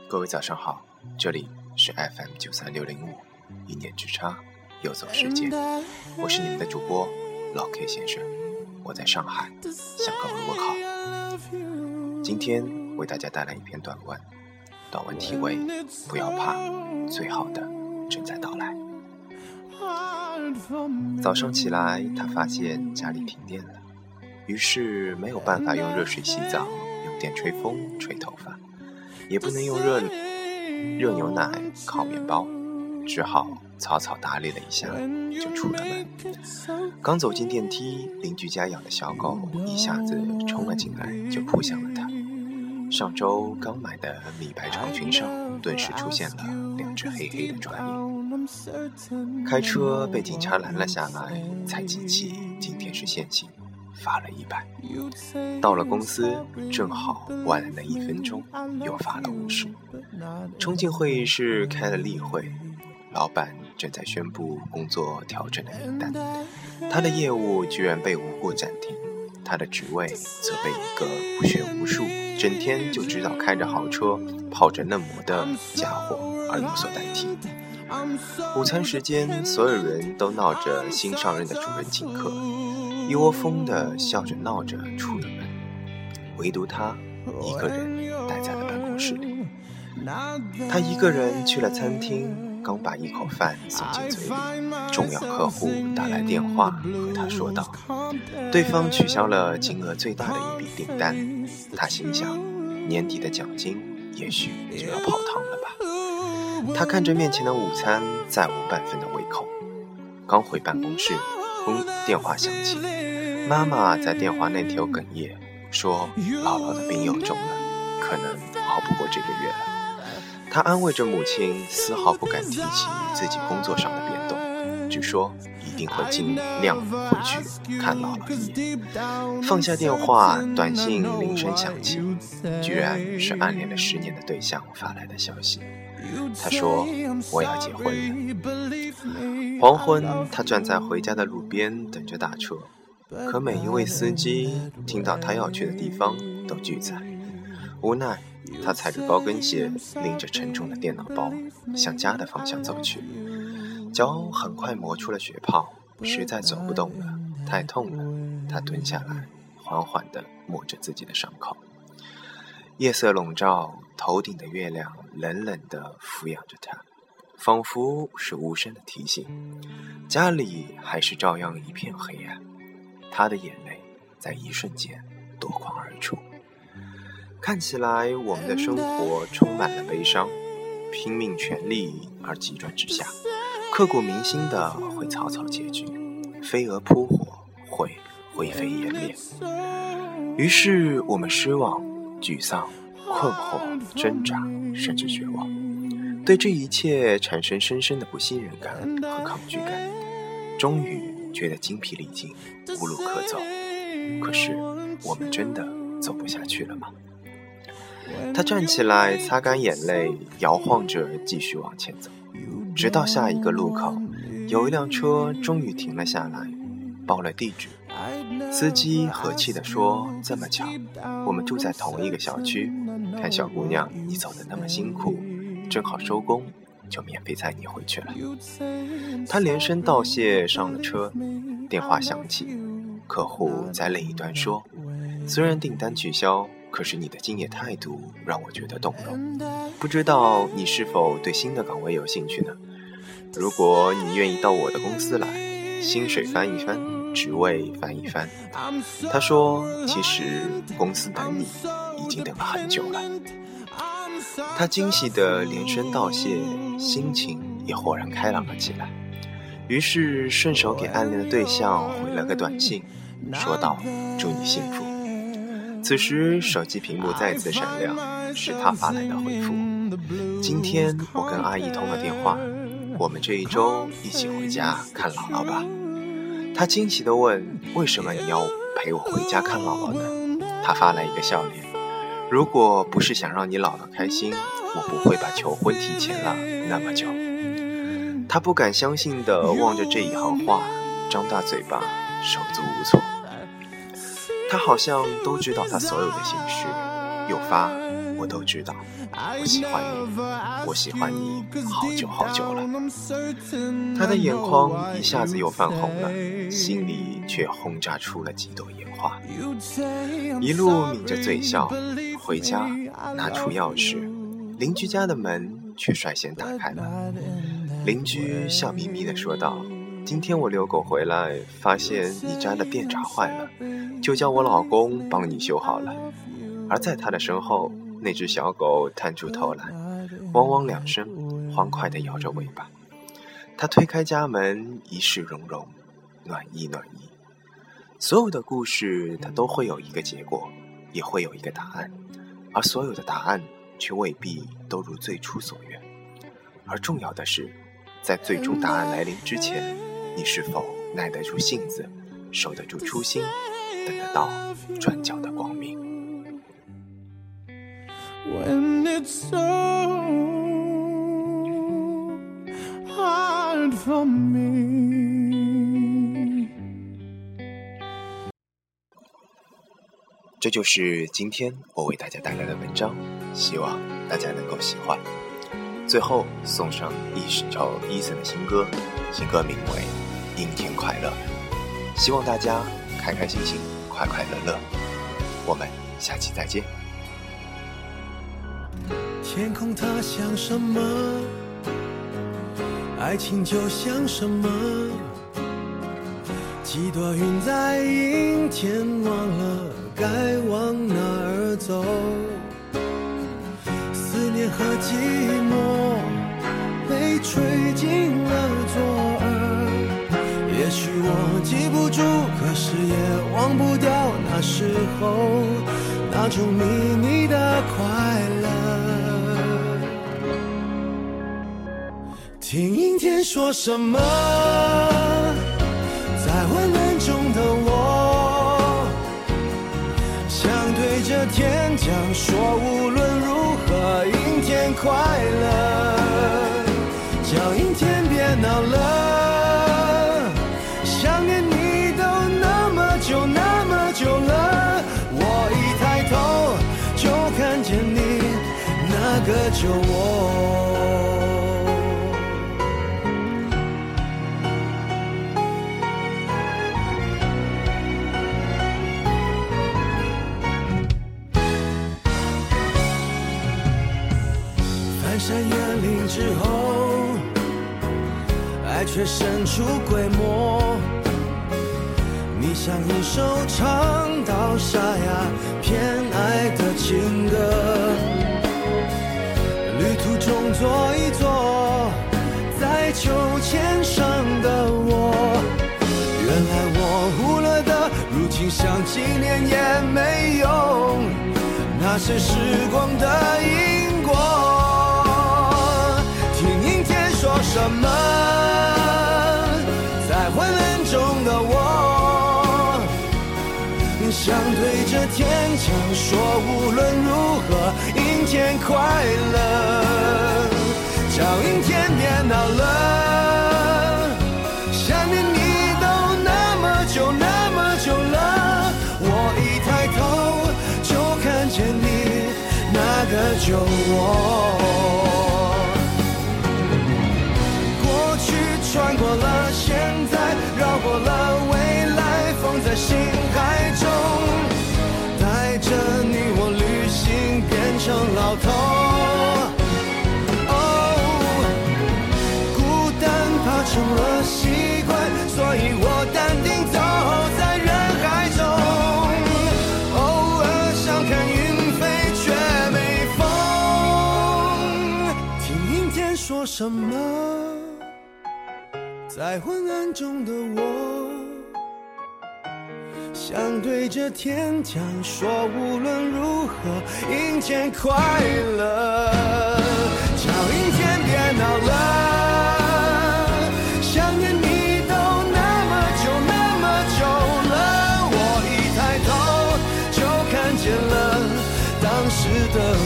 各位早上好，这里是 FM93605，一念之差，游走世界，我是你们的主播老 K 先生，我在上海向各位问好。今天为大家带来一篇短文，短文题为不要怕，最好的正在到来。早上起来，他发现家里停电了，于是没有办法用热水洗澡，用电吹风吹头发，也不能用热牛奶烤面包，只好草草打理了一下就出了门。刚走进电梯，邻居家养的小狗一下子冲了进来，就扑向了他。上周刚买的米白长裙上顿时出现了两只黑黑的爪印。开车被警察拦了下来，才记起今天是限行，罚了100。到了公司正好晚了那1分钟，又罚了50。冲进会议室开了例会，老板正在宣布工作调整的名单，他的业务居然被无故暂停，他的职位则被一个不学无术，整天就知道开着豪车泡着嫩模的家伙而有所代替。午餐时间，所有人都闹着新上任的主任请客，一窝蜂地笑着闹着出了门，唯独他一个人待在了办公室里。他一个人去了餐厅，刚把一口饭送进嘴里，重要客户打来电话和他说道，对方取消了金额最大的一笔订单。他心想，年底的奖金也许就要泡汤了吧。他看着面前的午餐，再无半分的胃口。刚回办公室，电话响起，妈妈在电话那头哽咽，说姥姥的病又重了，可能熬不过这个月了。他安慰着母亲，丝毫不敢提起自己工作上的变动，只说一定会尽量回去看姥姥一眼。放下电话，短信铃声响起，居然是暗恋了10年的对象发来的消息。他说我要结婚了。黄昏，他站在回家的路边等着打车，可每一位司机听到他要去的地方都拒载。无奈，他踩着高跟鞋，拎着沉重的电脑包向家的方向走去。脚很快磨出了血泡，实在走不动了，太痛了。他蹲下来，缓缓地抹着自己的伤口。夜色笼罩，头顶的月亮冷冷地抚养着他，仿佛是无声的提醒，家里还是照样一片黑暗。他的眼泪在一瞬间夺眶而出。看起来我们的生活充满了悲伤，拼命全力而急转直下，刻骨铭心的会草草结局，飞蛾扑火会灰飞烟灭。于是我们失望、沮丧、困惑、挣扎，甚至绝望，对这一切产生深深的不信任感和抗拒感，终于觉得精疲力尽，无路可走。可是我们真的走不下去了吗？他站起来，擦干眼泪，摇晃着继续往前走，直到下一个路口，有一辆车终于停了下来，报了地址。司机和气地说，这么巧，我们住在同一个小区，看小姑娘你走得那么辛苦，正好收工，就免费载你回去了。他连声道谢，上了车。电话响起，客户在另一端说，虽然订单取消，可是你的敬业态度让我觉得动容，不知道你是否对新的岗位有兴趣呢？如果你愿意到我的公司来，薪水翻一翻，职位翻一翻。他说，其实公司等你已经等了很久了。他惊喜地连声道谢，心情也豁然开朗了起来。于是顺手给暗恋的对象回了个短信，说道，祝你幸福。此时手机屏幕再次闪亮，是他发来的回复，今天我跟阿姨通了电话，我们这一周一起回家看姥姥吧。他惊奇地问，为什么你要陪我回家看姥姥呢？他发来一个笑脸，如果不是想让你姥姥开心，我不会把求婚提前了那么久。他不敢相信地望着这一行话，张大嘴巴，手足无措。他好像都知道他所有的心事，又发我都知道，我喜欢你，我喜欢你好久好久了。他的眼眶一下子又泛红了，心里却轰炸出了几朵烟花，一路抿着嘴笑。回家拿出钥匙，邻居家的门却率先打开了。邻居笑眯眯地说道，今天我遛狗回来，发现你家的电闸坏了，就叫我老公帮你修好了。而在他的身后，那只小狗探出头来，汪汪两声，欢快地摇着尾巴。他推开家门，一世融融，暖意暖意。所有的故事，它都会有一个结果，也会有一个答案，而所有的答案却未必都如最初所愿。而重要的是，在最终答案来临之前，你是否耐得住性子，守得住初心，等得到转角的光明。 When it's so hard for me。 这就是今天我为大家带来的文章，希望大家能够喜欢。最后送上一首 Eason 的新歌，新歌名为《阴天快乐》，希望大家开开心心，快快乐乐。我们下期再见。 天空它像什么？爱情就像什么？几朵云在阴天，忘了该往哪儿走。思念和寂寞被吹进了左耳，也许我记不住，可是也忘不掉那时候那种秘密的快乐。听阴天说什么，在混乱中的我，想对着天讲说，无论如何阴天快乐，叫阴天别闹了，想念你都那么久那么久了，我一抬头就看见你，那个就我。翻山越岭之后，爱却生出鬼魔。你像一首唱到沙哑偏爱的情歌，旅途中坐一坐，在秋千上的我，原来我忽略的，如今想纪念也没用，那是时光的因果。说什么？在混乱中的我，想对着天讲说，无论如何阴天快乐，叫阴天别闹了，想念你都那么久那么久了，我一抬头就看见你，那个就我。穿过了现在，绕过了未来，放在心海中，带着你我旅行变成老头。孤单怕成了习惯，所以我淡定走在人海中，偶尔想看云飞却没风。听阴天说什么？在昏暗中的我，想对着天讲说，无论如何阴天快乐，叫阴天别闹了，想念你都那么久那么久了，我一抬头就看见了当时的